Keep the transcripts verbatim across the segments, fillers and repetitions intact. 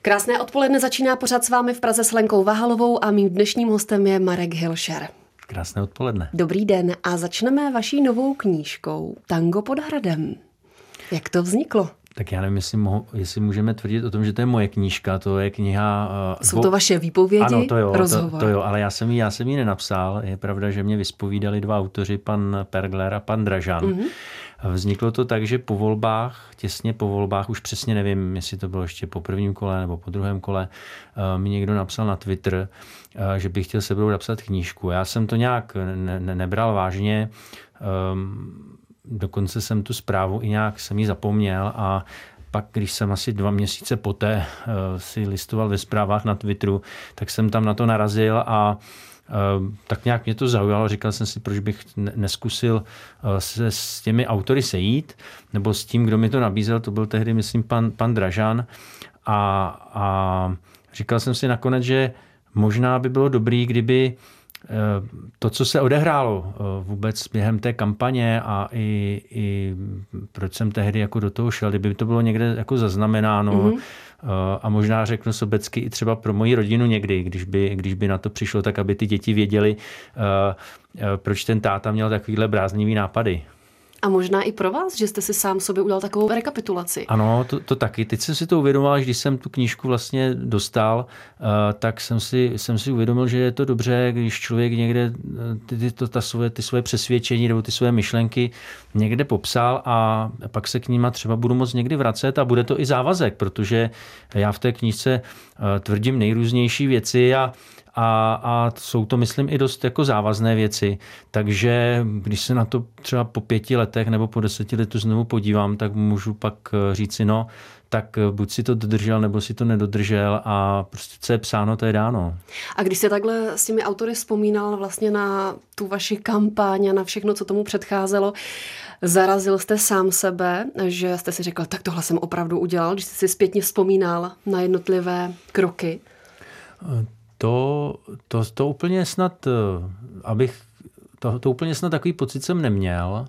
Krásné odpoledne začíná pořad s vámi v Praze s Lenkou Vahalovou a mým dnešním hostem je Marek Hilšer. Krásné odpoledne. Dobrý den a začneme vaší novou knížkou Tango pod hradem. Jak to vzniklo? Tak já nevím, jestli, mohu, jestli můžeme tvrdit o tom, že to je moje knížka, to je kniha... Uh, Jsou to vaše výpovědi, ano, to jo, rozhovor? To, to jo, ale já jsem, ji, já jsem ji nenapsal. Je pravda, že mě vyspovídali dva autoři, pan Pergler a pan Dražan. Mm-hmm. Vzniklo to tak, že po volbách, těsně po volbách, už přesně nevím, jestli to bylo ještě po prvním kole nebo po druhém kole, mi někdo napsal na Twitter, že bych chtěl se sebou napsat knížku. Já jsem to nějak ne, ne, nebral vážně, um, dokonce jsem tu zprávu i nějak jsem ji zapomněl a pak, když jsem asi dva měsíce poté uh, si listoval ve zprávách na Twitteru, tak jsem tam na to narazil a uh, tak nějak mě to zaujalo. Říkal jsem si, proč bych neskusil uh, se s těmi autory sejít, nebo s tím, kdo mi to nabízel, to byl tehdy, myslím, pan, pan Dražan. A, a říkal jsem si nakonec, že možná by bylo dobrý, kdyby to, co se odehrálo vůbec během té kampaně a i, i proč jsem tehdy jako do toho šel, kdyby to bylo někde jako zaznamenáno mm-hmm. a možná řeknu sobecky i třeba pro moji rodinu někdy, když by, když by na to přišlo, tak aby ty děti věděli, proč ten táta měl takovýhle bláznivý nápady. A možná i pro vás, že jste si sám sobě udělal takovou rekapitulaci. Ano, to, to taky. Teď jsem si to uvědomoval, že když jsem tu knížku vlastně dostal, uh, tak jsem si, jsem si uvědomil, že je to dobře, když člověk někde ty, ty, to, ta svoje, ty svoje přesvědčení nebo ty svoje myšlenky někde popsal a pak se k nima třeba budu moct někdy vracet a bude to i závazek, protože já v té knížce uh, tvrdím nejrůznější věci a A, a jsou to, myslím, i dost jako závazné věci. Takže když se na to třeba po pěti letech nebo po deseti letech znovu podívám, tak můžu pak říci, no, tak buď si to dodržel, nebo si to nedodržel a prostě co je psáno, to je dáno. A když jste takhle s těmi autory vzpomínal vlastně na tu vaši kampaň a na všechno, co tomu předcházelo, zarazil jste sám sebe, že jste si řekl, tak tohle jsem opravdu udělal, když jste si zpětně vzpomínal na jednotlivé kroky? To, to, to úplně snad, abych, to, to úplně snad takový pocit jsem neměl.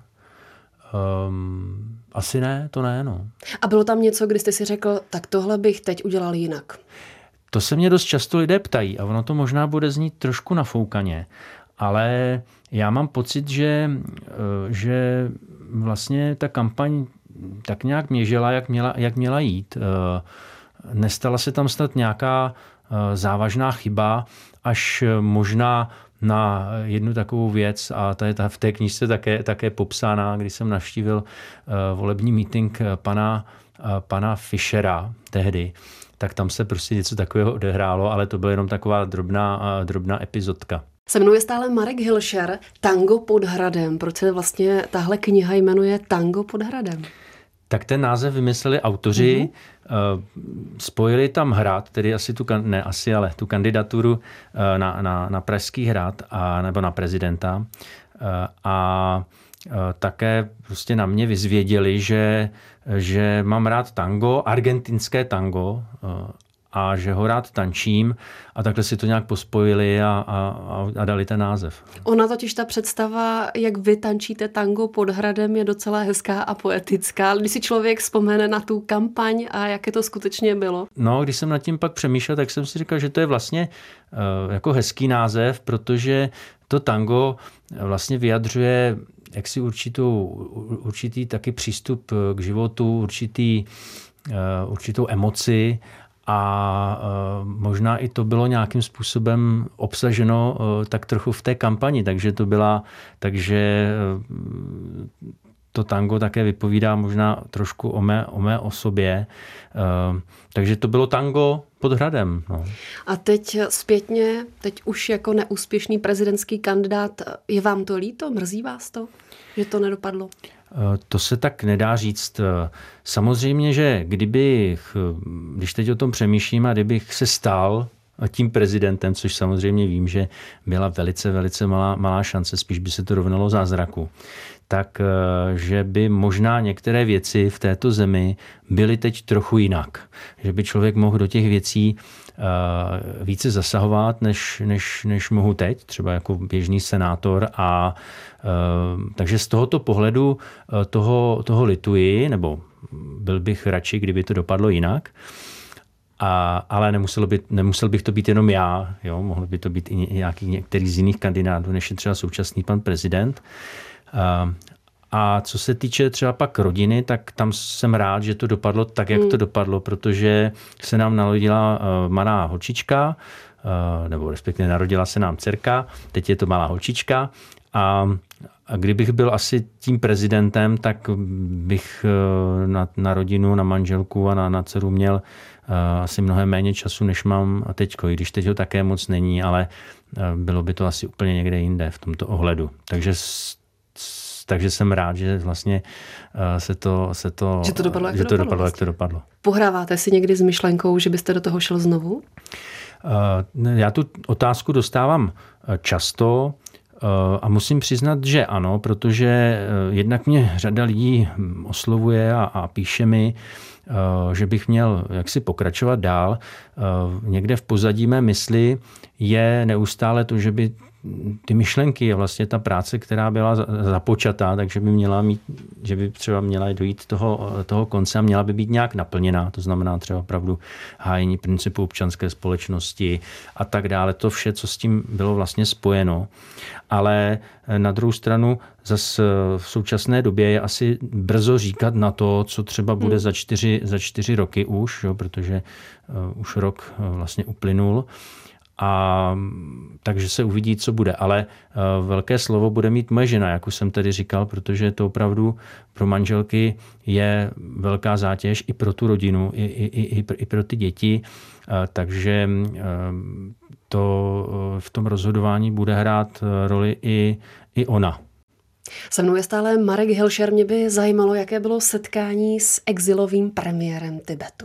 Um, asi ne, to ne, no. A bylo tam něco, kdy jste si řekl, tak tohle bych teď udělal jinak? To se mě dost často lidé ptají a ono to možná bude znít trošku nafoukaně, ale já mám pocit, že, že vlastně ta kampaň tak nějak měžela, jak měla, jak měla jít. Nestala se tam snad nějaká závažná chyba, až možná na jednu takovou věc, a ta je v té knížce také, také popsána, když jsem navštívil volební meeting pana, pana Fischera tehdy, tak tam se prostě něco takového odehrálo, ale to byla jenom taková drobná, drobná epizodka. Se mnou je stále Marek Hilšer, Tango pod hradem. Proč se vlastně tahle kniha jmenuje Tango pod hradem? Tak ten název vymysleli autoři, mm-hmm. spojili tam hrad, tedy asi tu, ne asi, ale tu kandidaturu na, na, na Pražský hrad a, nebo na prezidenta a také prostě na mě vyzvěděli, že, že mám rád tango, argentinské tango a že ho rád tančím a takhle si to nějak pospojili a, a, a dali ten název. Ona totiž ta představa, jak vy tančíte tango pod hradem, je docela hezká a poetická. Když si člověk vzpomene na tu kampaň a jaké to skutečně bylo. No, když jsem nad tím pak přemýšlel, tak jsem si říkal, že to je vlastně uh, jako hezký název, protože to tango vlastně vyjadřuje jaksi určitou, určitý taky přístup k životu, určitý, uh, určitou emoci. A uh, možná i to bylo nějakým způsobem obsaženo uh, tak trochu v té kampani, takže to byla, takže uh, to tango také vypovídá možná trošku o mé, o mé osobě. Uh, takže to bylo tango pod hradem. No. A teď zpětně, teď už jako neúspěšný prezidentský kandidát, je vám to líto? Mrzí vás to, že to nedopadlo? To se tak nedá říct. Samozřejmě, že kdybych, když teď o tom přemýšlím a kdybych se stal tím prezidentem, což samozřejmě vím, že byla velice, velice malá, malá šance, spíš by se to rovnalo zázraku, tak že by možná některé věci v této zemi byly teď trochu jinak. Že by člověk mohl do těch věcí více zasahovat, než, než, než mohu teď, třeba jako běžný senátor. A takže z tohoto pohledu toho, toho lituji, nebo byl bych radši, kdyby to dopadlo jinak. A, ale nemuselo by, nemusel bych to být jenom já, jo? Mohl by to být i nějaký některý z jiných kandidátů, než je třeba současný pan prezident. A, a co se týče třeba pak rodiny, tak tam jsem rád, že to dopadlo tak, jak hmm. to dopadlo, protože se nám narodila uh, malá holčička, uh, nebo respektive narodila se nám dcerka, teď je to malá holčička a A kdybych byl asi tím prezidentem, tak bych na, na rodinu, na manželku a na, na dceru měl uh, asi mnohem méně času, než mám teďko, i když teď ho také moc není, ale uh, bylo by to asi úplně někde jinde v tomto ohledu. Takže, s, s, takže jsem rád, že vlastně uh, se to, se to, že to dopadlo, jak že to to dopadlo, dopadlo, vlastně. jak to dopadlo. Pohráváte si někdy s myšlenkou, že byste do toho šel znovu? Uh, já tu otázku dostávám často, a musím přiznat, že ano, protože jednak mě řada lidí oslovuje a, a píše mi, že bych měl jaksi pokračovat dál. Někde v pozadí mé mysli je neustále to, že by ty myšlenky a vlastně ta práce, která byla započatá, takže by měla mít, že by třeba měla dojít toho, toho konce a měla by být nějak naplněná. To znamená třeba opravdu hájení principu občanské společnosti a tak dále. To vše, co s tím bylo vlastně spojeno. Ale na druhou stranu zase v současné době je asi brzo říkat na to, co třeba bude hmm. za, čtyři, za čtyři roky už, jo, protože uh, už rok uh, vlastně uplynul. A takže se uvidí, co bude. Ale uh, velké slovo bude mít moje žena, jak už jsem tady říkal, protože to opravdu pro manželky je velká zátěž i pro tu rodinu, i, i, i, i pro ty děti. Uh, takže uh, to uh, v tom rozhodování bude hrát uh, roli i, i ona. Se mnou je stále Marek Hilšer. Mě by zajímalo, jaké bylo setkání s exilovým premiérem Tibetu.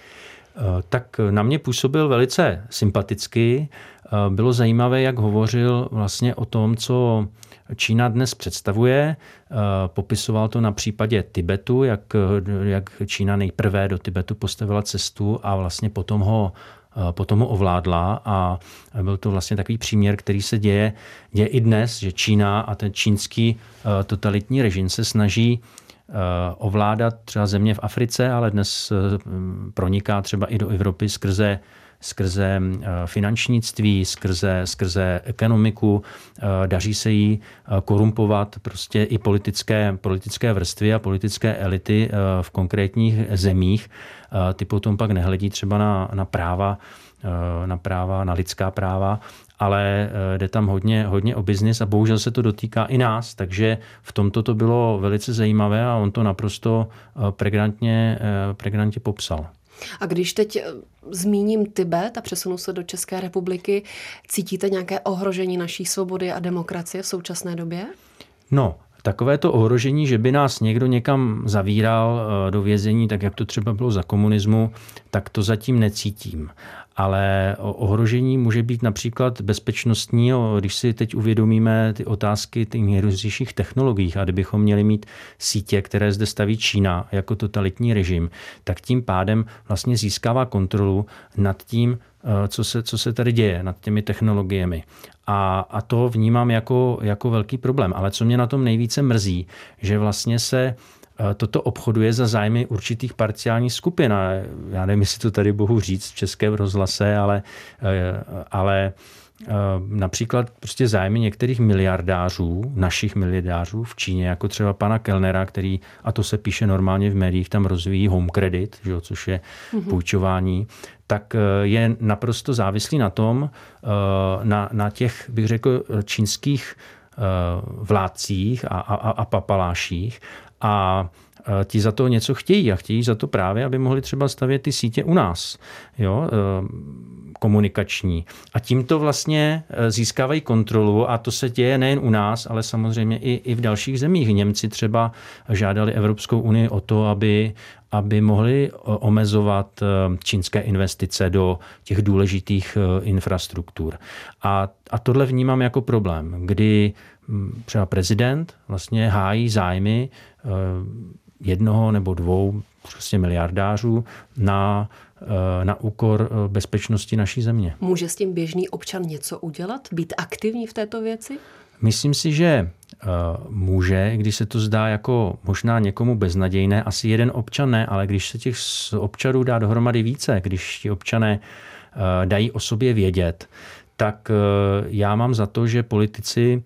Tak na mě působil velice sympaticky. Bylo zajímavé, jak hovořil vlastně o tom, co Čína dnes představuje. Popisoval to na případě Tibetu, jak, jak Čína nejprve do Tibetu postavila cestu a vlastně potom ho, potom ho ovládla. A byl to vlastně takový příměr, který se děje, děje i dnes, že Čína a ten čínský totalitní režim se snaží ovládat třeba země v Africe, ale dnes proniká třeba i do Evropy skrze, skrze finančnictví, skrze, skrze ekonomiku. Daří se jí korumpovat prostě i politické, politické vrstvy a politické elity v konkrétních zemích. Ty potom pak nehledí třeba na, na práva, na práva, na lidská práva, ale jde tam hodně, hodně o biznis a bohužel se to dotýká i nás, takže v tomto to bylo velice zajímavé a on to naprosto pregnantně, pregnantně popsal. A když teď zmíním Tibet a přesunu se do České republiky, cítíte nějaké ohrožení naší svobody a demokracie v současné době? No, takové to ohrožení, že by nás někdo někam zavíral do vězení, tak jak to třeba bylo za komunismu, tak to zatím necítím. Ale ohrožení může být například bezpečnostní, když si teď uvědomíme ty otázky těch nejrůznějších technologiích a kdybychom měli mít sítě, které zde staví Čína jako totalitní režim, tak tím pádem vlastně získává kontrolu nad tím, co se, co se tady děje, nad těmi technologiemi. A, a to vnímám jako, jako velký problém. Ale co mě na tom nejvíce mrzí, že vlastně se toto obchoduje za zájmy určitých parciálních skupin. A já nevím, jestli to tady bohu říct v Českém rozhlase, ale, ale například prostě zájmy některých miliardářů, našich miliardářů v Číně, jako třeba pana Kellnera, který, a to se píše normálně v médiích, tam rozvíjí home credit, že, což je mm-hmm. půjčování, tak je naprosto závislý na tom, na, na těch, bych řekl, čínských vládcích a, a, a papaláších. A ti za to něco chtějí a chtějí za to právě, aby mohli třeba stavět ty sítě u nás, jo, komunikační. A tímto vlastně získávají kontrolu a to se děje nejen u nás, ale samozřejmě i, i v dalších zemích. Němci třeba žádali Evropskou unii o to, aby, aby mohli omezovat čínské investice do těch důležitých infrastruktur. A, a tohle vnímám jako problém, kdy třeba prezident vlastně hájí zájmy jednoho nebo dvou prostě miliardářů na, na úkor bezpečnosti naší země. Může s tím běžný občan něco udělat? Být aktivní v této věci? Myslím si, že může, když se to zdá jako možná někomu beznadějné, asi jeden občan ne, ale když se těch občanů dá dohromady více, když ti občané dají o sobě vědět, tak já mám za to, že politici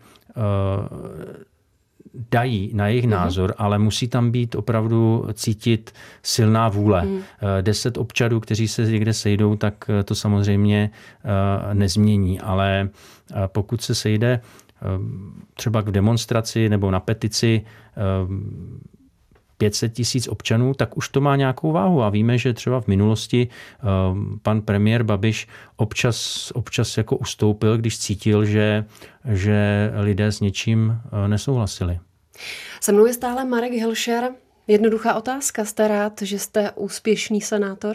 dají na jejich názor, ale musí tam být opravdu cítit silná vůle. Mm. Deset občanů, kteří se někde sejdou, tak to samozřejmě nezmění, ale pokud se sejde třeba k demonstraci nebo na petici pět set tisíc občanů, tak už to má nějakou váhu. A víme, že třeba v minulosti pan premiér Babiš občas, občas jako ustoupil, když cítil, že, že lidé s něčím nesouhlasili. Se mnou je stále Marek Hilšer. Jednoduchá otázka. Jste rád, že jste úspěšný senátor?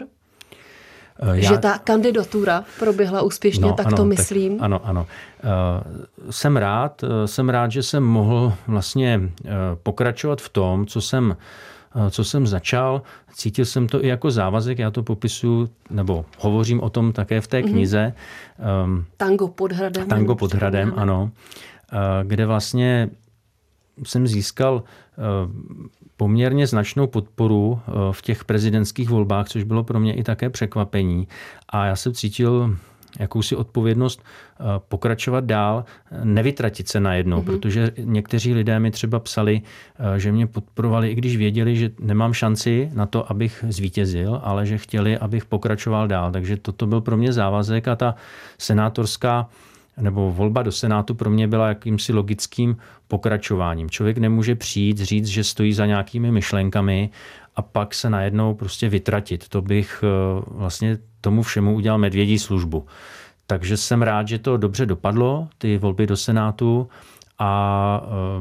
Já... Že ta kandidatura proběhla úspěšně, no, tak ano, to myslím. Tak, ano, ano. Uh, jsem rád, uh, jsem rád, že jsem mohl vlastně uh, pokračovat v tom, co jsem, uh, co jsem začal. Cítil jsem to i jako závazek, já to popisuju, nebo hovořím o tom také v té knize. Um, Tango pod hradem. Tango pod hradem, ano. Uh, kde vlastně jsem získal uh, poměrně značnou podporu v těch prezidentských volbách, což bylo pro mě i také překvapení. A já jsem cítil jakousi odpovědnost pokračovat dál, nevytratit se najednou, mm-hmm. protože někteří lidé mi třeba psali, že mě podporovali, i když věděli, že nemám šanci na to, abych zvítězil, ale že chtěli, abych pokračoval dál. Takže toto byl pro mě závazek a ta senátorská nebo volba do Senátu pro mě byla jakýmsi logickým pokračováním. Člověk nemůže přijít, říct, že stojí za nějakými myšlenkami a pak se najednou prostě vytratit. To bych vlastně tomu všemu udělal medvědí službu. Takže jsem rád, že to dobře dopadlo, ty volby do Senátu a,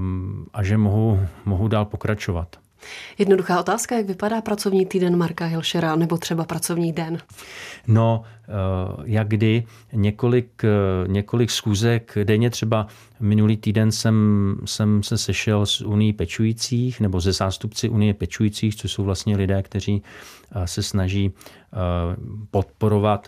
a že mohu, mohu dál pokračovat. Jednoduchá otázka, jak vypadá pracovní týden Marka Hilšera nebo třeba pracovní den? No, jak kdy, několik, několik schůzek denně, třeba minulý týden jsem, jsem se sešel s Unií pečujících nebo ze zástupci Unie pečujících, což jsou vlastně lidé, kteří se snaží podporovat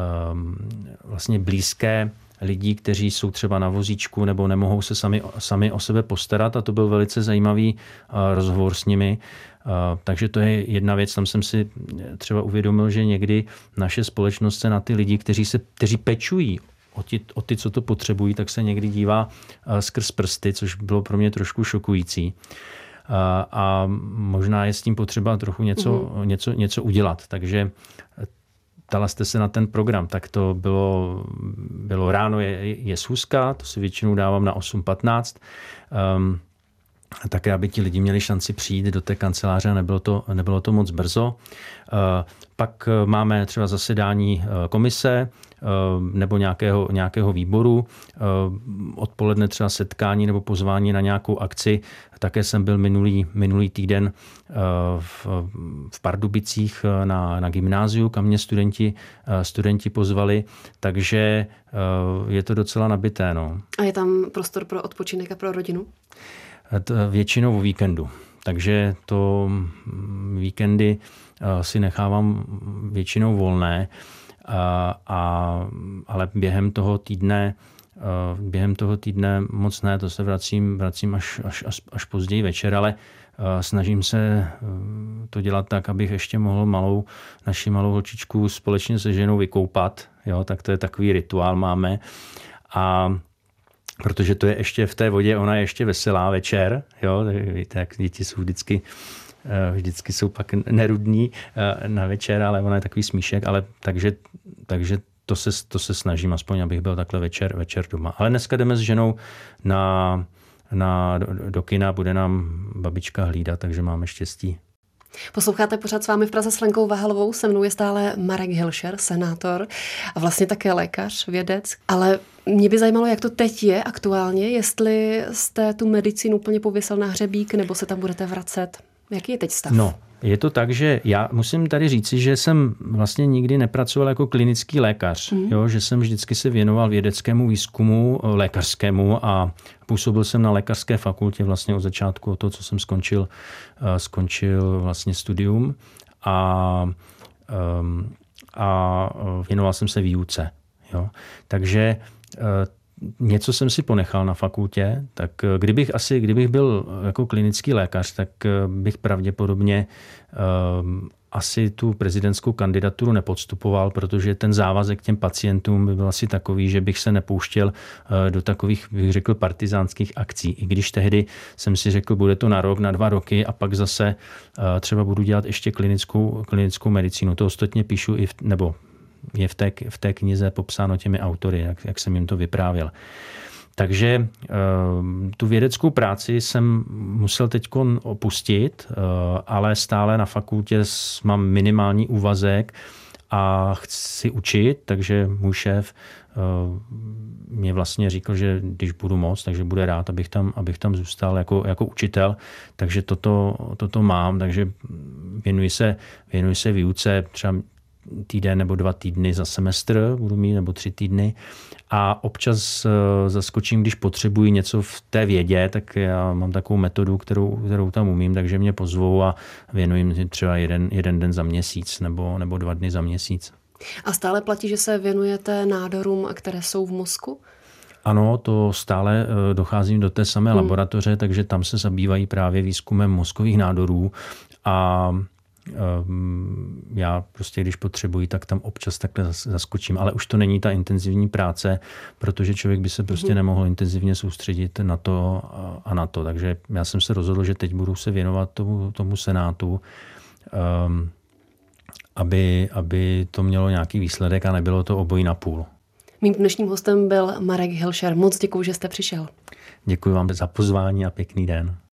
vlastně blízké lidí, kteří jsou třeba na vozíčku nebo nemohou se sami, sami o sebe postarat, a to byl velice zajímavý rozhovor s nimi. Takže to je jedna věc, tam jsem si třeba uvědomil, že někdy naše společnost se na ty lidi, kteří, se, kteří pečují o ty, o ty, co to potřebují, tak se někdy dívá skrz prsty, což bylo pro mě trošku šokující. A, a možná je s tím potřeba trochu něco, mm. něco, něco udělat. Takže ptala jste se na ten program, tak to bylo, bylo ráno je, je schůzka, to si většinou dávám na osm patnáct. Um, také, aby ti lidi měli šanci přijít do té kanceláře, nebylo to, nebylo to moc brzo. Uh, pak máme třeba zasedání komise uh, nebo nějakého, nějakého výboru. Uh, odpoledne třeba setkání nebo pozvání na nějakou akci. Také jsem byl minulý, minulý týden uh, v, v Pardubicích na, na gymnáziu, kam mě studenti, uh, studenti pozvali. Takže uh, je to docela nabité. No. A je tam prostor pro odpočinek a pro rodinu? Většinou o víkendu. Takže to víkendy si nechávám většinou volné, a, a, ale během toho týdne během toho týdne moc ne, to se vracím, vracím až, až, až, až později večer, ale snažím se to dělat tak, abych ještě mohl malou, naši malou holčičku společně se ženou vykoupat. Jo, tak to je takový rituál máme. A protože to je ještě v té vodě, ona je ještě veselá večer, jo, víte, jak děti jsou vždycky, vždycky jsou pak nerudní na večer, ale ona je takový smíšek, ale takže, takže to, se, to se snažím aspoň, abych byl takhle večer, večer doma. Ale dneska jdeme s ženou na, na, do, do kina, bude nám babička hlídat, takže máme štěstí. Posloucháte pořád s vámi v Praze s Lenkou Vahalovou, se mnou je stále Marek Hilšer, senátor a vlastně také lékař, vědec. Ale mě by zajímalo, jak to teď je aktuálně, jestli jste tu medicínu úplně pověsil na hřebík, nebo se tam budete vracet. Jaký je teď stav? No, je to tak, že já musím tady říci, že jsem vlastně nikdy nepracoval jako klinický lékař, mm. jo, že jsem vždycky se věnoval vědeckému výzkumu lékařskému a působil jsem na lékařské fakultě vlastně od začátku, od toho, co jsem skončil, skončil vlastně studium a, a věnoval jsem se výuce. Jo. Takže něco jsem si ponechal na fakultě, tak kdybych asi, kdybych byl jako klinický lékař, tak bych pravděpodobně um, asi tu prezidentskou kandidaturu nepodstupoval, protože ten závazek těm pacientům by byl asi takový, že bych se nepouštěl do takových, bych řekl, partizánských akcí. I když tehdy jsem si řekl, bude to na rok, na dva roky a pak zase třeba budu dělat ještě klinickou, klinickou medicínu. To ostatně píšu i v, nebo je v té, v té knize popsáno těmi autory, jak, jak jsem jim to vyprávěl. Takže tu vědeckou práci jsem musel teď opustit, ale stále na fakultě mám minimální úvazek a chci učit, takže můj šéf mě vlastně říkal, že když budu moct, takže bude rád, abych tam, abych tam zůstal jako, jako učitel. Takže toto, toto mám, takže věnuji se, věnuji se výuce třeba týden nebo dva týdny za semestr, budu mít, nebo tři týdny. A občas zaskočím, když potřebuji něco v té vědě, tak já mám takovou metodu, kterou, kterou tam umím, takže mě pozvou a věnuji třeba jeden, jeden den za měsíc nebo, nebo dva dny za měsíc. A stále platí, že se věnujete nádorům, které jsou v mozku? Ano, to stále docházím do té samé hmm. laboratoře, takže tam se zabývají právě výzkumem mozkových nádorů a já prostě, když potřebuji, tak tam občas takhle zaskočím. Ale už to není ta intenzivní práce, protože člověk by se prostě nemohl intenzivně soustředit na to a na to. Takže já jsem se rozhodl, že teď budu se věnovat tomu, tomu senátu, um, aby, aby to mělo nějaký výsledek a nebylo to obojí na půl. Mým dnešním hostem byl Marek Hilšer. Moc děkuju, že jste přišel. Děkuji vám za pozvání a pěkný den.